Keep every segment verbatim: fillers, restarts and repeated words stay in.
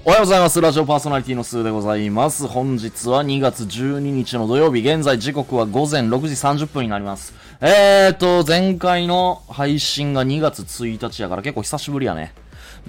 おはようございます。ラジオパーソナリティのスーでございます。本日はにがつじゅうににちの土曜日、現在時刻はごぜんろくじさんじゅっぷんになります。えーと、前回の配信がにがつついたちやから結構久しぶりやね。うん、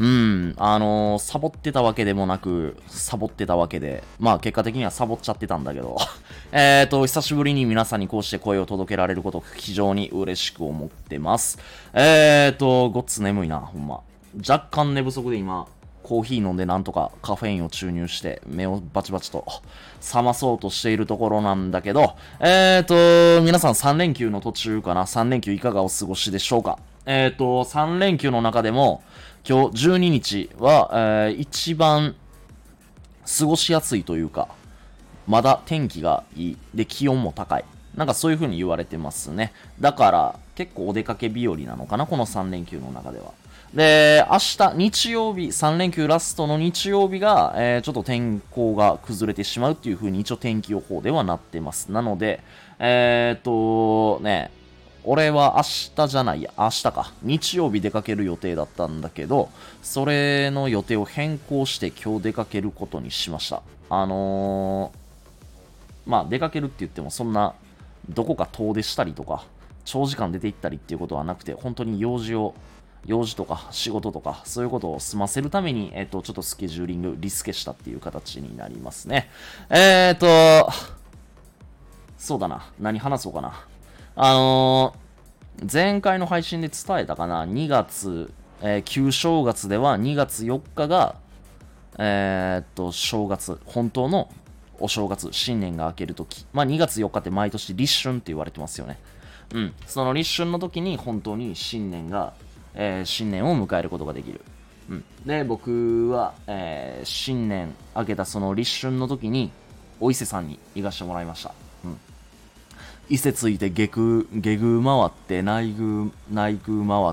あのー、サボってたわけでもなく、サボってたわけで、まあ結果的にはサボっちゃってたんだけど、えーと、久しぶりに皆さんにこうして声を届けられることを非常に嬉しく思ってます。えーと、ごっつ眠いな、ほんま。若干寝不足で今、コーヒー飲んでなんとかカフェインを注入して目をバチバチと覚まそうとしているところなんだけど、えーと、皆さんさん連休の途中かな ?さん 連休いかがお過ごしでしょうか？えーと、さん連休の中でも今日じゅうににちは、えー、一番過ごしやすいというか、まだ天気がいい。で、気温も高い。なんかそういう風に言われてますね。だから結構お出かけ日和なのかな、このさん連休の中では。で、明日、日曜日、さん連休ラストの日曜日が、えー、ちょっと天候が崩れてしまうっていう風に一応天気予報ではなってます。なので、えーと、ね、俺は明日じゃないや、明日か。日曜日出かける予定だったんだけど、それの予定を変更して今日出かけることにしました。あのー、まあ出かけるって言ってもそんな、どこか遠出したりとか、長時間出て行ったりっていうことはなくて、本当に用事を、用事とか仕事とかそういうことを済ませるために、えっと、ちょっとスケジューリング、リスケしたっていう形になりますね。えっと、そうだな。何話そうかな。あのー、前回の配信で伝えたかな。にがつ、えー、旧正月ではにがつよっかが、えー、っと、正月、本当のお正月、新年が明けるとき。まあにがつよっかって毎年立春って言われてますよね。うん。その立春の時に本当に新年が、えー、新年を迎えることができる。うん。で、僕は、えー、新年明けたその立春の時に、お伊勢さんに行かしてもらいました。うん。伊勢ついて下宮、下宮回って、内宮、内宮回って、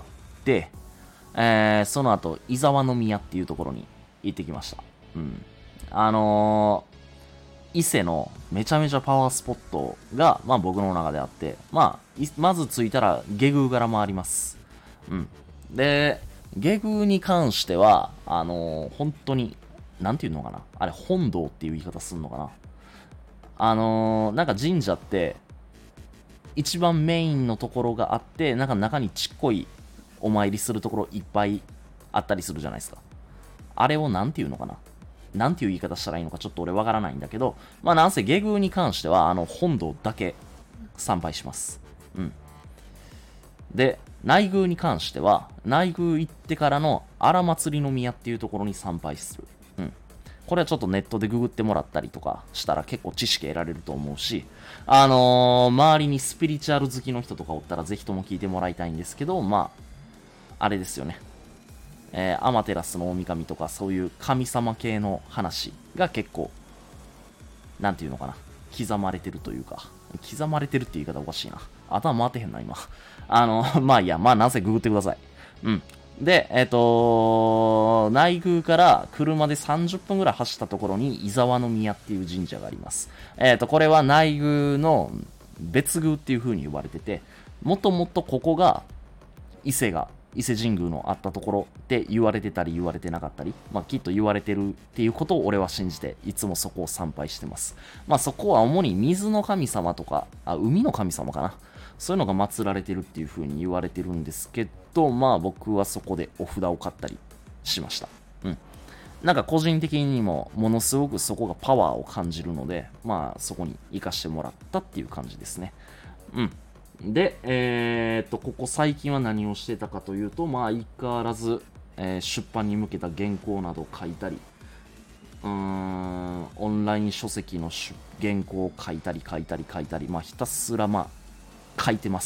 えー、その後、伊沢の宮っていうところに行ってきました。うん。あのー、伊勢のめちゃめちゃパワースポットが、まあ僕の中であって、まあ、まず着いたら下宮から回ります。うん。で、下宮に関しては、あのー、本当に、なんていうのかな。あれ、本堂っていう言い方すんのかな。あのー、なんか神社って、一番メインのところがあって、なんか中にちっこいお参りするところいっぱいあったりするじゃないですか。あれをなんていうのかな。なんていう言い方したらいいのかちょっと俺わからないんだけど、まあなんせ下宮に関しては、あの、本堂だけ参拝します。うん。で、内宮に関しては、内宮行ってからの荒祭りの宮っていうところに参拝する。うん。これはちょっとネットでググってもらったりとかしたら結構知識得られると思うし、あのー、周りにスピリチュアル好きの人とかおったらぜひとも聞いてもらいたいんですけど、まあ、あれですよね。えー、アマテラスの大神とかそういう神様系の話が結構、なんていうのかな。刻まれてるというか、刻まれてるって言い方おかしいな。頭回ってへんな、今。あの、まあいいや、まあなぜググってください。うん。で、えっ、ー、と、内宮から車でさんじゅっぷんぐらい走ったところに伊沢の宮っていう神社があります。えっ、ー、と、これは内宮の別宮っていう風に呼ばれてて、もともとここが伊勢が、伊勢神宮のあったところって言われてたり言われてなかったり、まあきっと言われてるっていうことを俺は信じて、いつもそこを参拝してます。まあそこは主に水の神様とか、あ、海の神様かな。そういうのが祀られてるっていう風に言われてるんですけど、まあ僕はそこでお札を買ったりしました。うん。なんか個人的にもものすごくそこがパワーを感じるので、まあそこに行かしてもらったっていう感じですね。うん。で、えー、っと、ここ最近は何をしてたかというと、まあ相変わらず、えー、出版に向けた原稿などを書いたり、うーん、オンライン書籍の原稿を書いたり書いたり書いたり、まあひたすらまあ書いてます。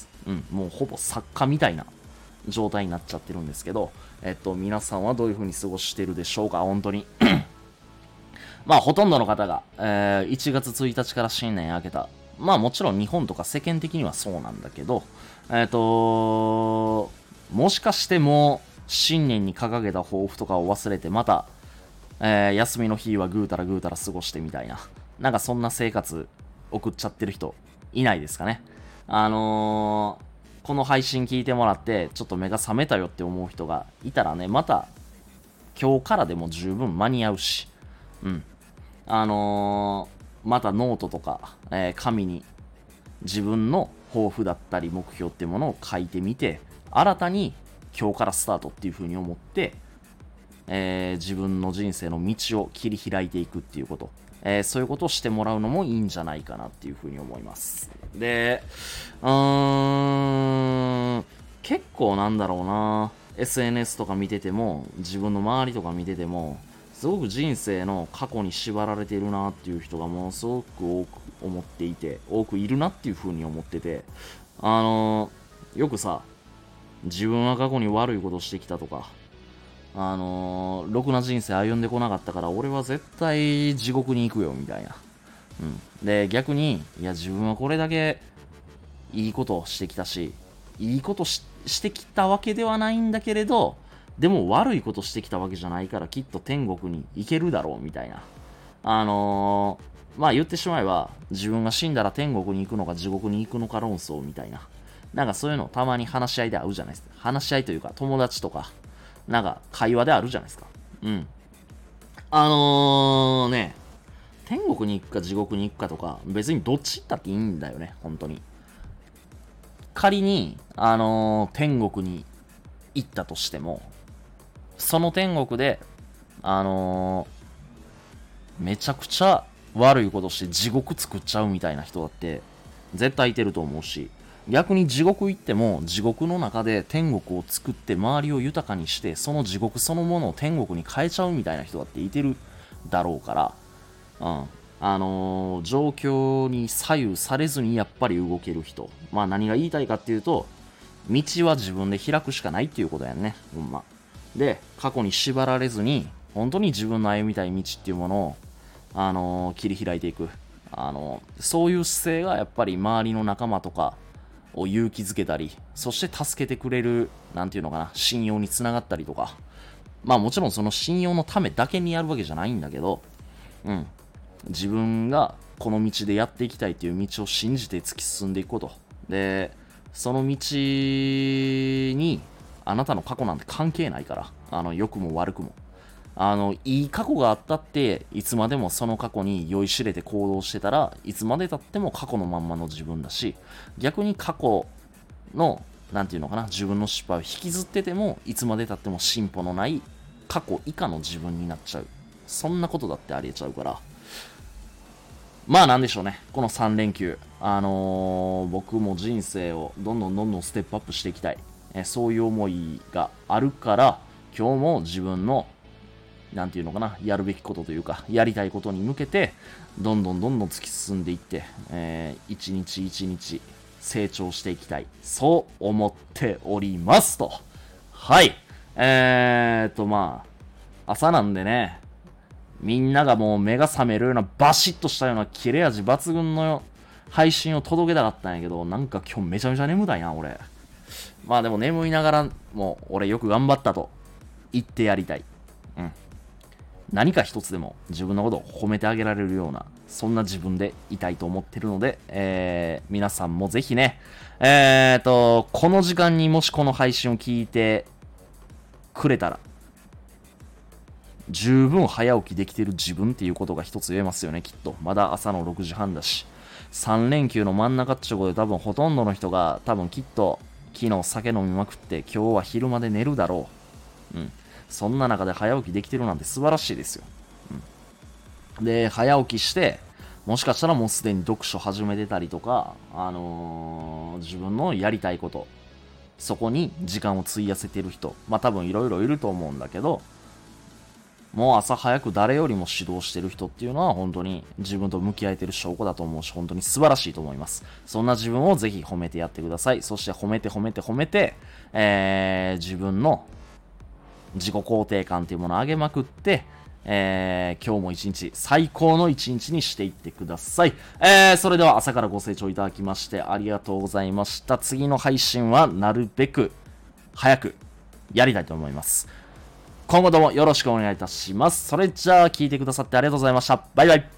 うん、もうほぼ作家みたいな状態になっちゃってるんですけど、えっと、皆さんはどういう風に過ごしてるでしょうか、本当に。まあほとんどの方が、えー、いちがつついたちから新年明けた。まあもちろん日本とか世間的にはそうなんだけど、えっと、もしかしても新年に掲げた抱負とかを忘れてまた、えー、休みの日はぐうたらぐうたら過ごしてみたいな。なんかそんな生活送っちゃってる人いないですかね。あのー、この配信聞いてもらってちょっと目が覚めたよって思う人がいたらね、また今日からでも十分間に合うし、うん。あのー、またノートとか、えー、紙に自分の抱負だったり目標っていうものを書いてみて、新たに今日からスタートっていう風に思って、えー、自分の人生の道を切り開いていくっていうこと、えー、そういうことをしてもらうのもいいんじゃないかなっていう風に思います。で、うーん、結構なんだろうな、エスエヌエス とか見てても、自分の周りとか見てても、すごく人生の過去に縛られているなっていう人がものすごく多く思っていて、多くいるなっていう風に思ってて、あのー、よくさ、自分は過去に悪いことしてきたとか、あのー、ろくな人生歩んでこなかったから俺は絶対地獄に行くよみたいな。うん。で、逆に、いや自分はこれだけいいことをしてきたし、いいこと し, してきたわけではないんだけれど、でも悪いことしてきたわけじゃないからきっと天国に行けるだろうみたいな。あのー、まあ言ってしまえば自分が死んだら天国に行くのか地獄に行くのか論争みたいな。なんかそういうのたまに話し合いであるじゃないですか。話し合いというか友達とか、なんか会話であるじゃないですか。うん。あのー、ね、天国に行くか地獄に行くかとか別にどっち行ったっていいんだよね、本当に。仮に、あのー、天国に行ったとしても、その天国で、あのー、めちゃくちゃ悪いことして地獄作っちゃうみたいな人だって絶対いてると思うし、逆に地獄行っても地獄の中で天国を作って周りを豊かにしてその地獄そのものを天国に変えちゃうみたいな人だっていてるだろうから、うん、あのー、状況に左右されずにやっぱり動ける人、まあ何が言いたいかっていうと、道は自分で開くしかないっていうことやんね、ほんま。で、過去に縛られずに本当に自分の歩みたい道っていうものを、あのー、切り開いていく、あのー、そういう姿勢がやっぱり周りの仲間とかを勇気づけたり、そして助けてくれる、なんていうのかな、信用につながったりとか、まあもちろんその信用のためだけにやるわけじゃないんだけど、うん、自分がこの道でやっていきたいという道を信じて突き進んでいくことで、その道にあなたの過去なんて関係ないから、あの良くも悪くも、あのいい過去があったっていつまでもその過去に酔いしれて行動してたらいつまでたっても過去のまんまの自分だし、逆に過去のなんていうのかな、自分の失敗を引きずっててもいつまでたっても進歩のない過去以下の自分になっちゃう、そんなことだってありえちゃうから、まあなんでしょうね、このさん連休、あのー、僕も人生をどんどんどんどんステップアップしていきたい、えそういう思いがあるから、今日も自分のなんていうのかな、やるべきことというか、やりたいことに向けて、どんどんどんどん突き進んでいって、えー、一日一日成長していきたい。そう思っておりますと。はい。えーと、まあ、朝なんでね、みんながもう目が覚めるようなバシッとしたような切れ味抜群の配信を届けたかったんやけど、なんか今日めちゃめちゃ眠たいな、俺。まあでも眠いながらも、俺よく頑張ったと言ってやりたい。うん。何か一つでも自分のことを褒めてあげられるような、そんな自分でいたいと思ってるので、えー、皆さんもぜひね、えーと、この時間にもしこの配信を聞いてくれたら、十分早起きできてる自分っていうことが一つ言えますよね、きっと。まだ朝のろくじはんだし。さん連休の真ん中っちゅうことで多分ほとんどの人が多分きっと昨日酒飲みまくって今日は昼まで寝るだろう。うん。そんな中で早起きできてるなんて素晴らしいですよ。うん、で、早起きして、もしかしたらもうすでに読書始めてたりとか、あのー、自分のやりたいこと、そこに時間を費やせてる人、まあ多分いろいろいると思うんだけど、もう朝早く誰よりも指導してる人っていうのは本当に自分と向き合えてる証拠だと思うし、本当に素晴らしいと思います。そんな自分をぜひ褒めてやってください。そして褒めて褒めて褒めて、えー、自分の自己肯定感というものを上げまくって、えー、今日も一日最高の一日にしていってください。えー、それでは朝からご清聴いただきましてありがとうございました。次の配信はなるべく早くやりたいと思います。今後ともよろしくお願いいたします。それじゃあ聞いてくださってありがとうございました。バイバイ。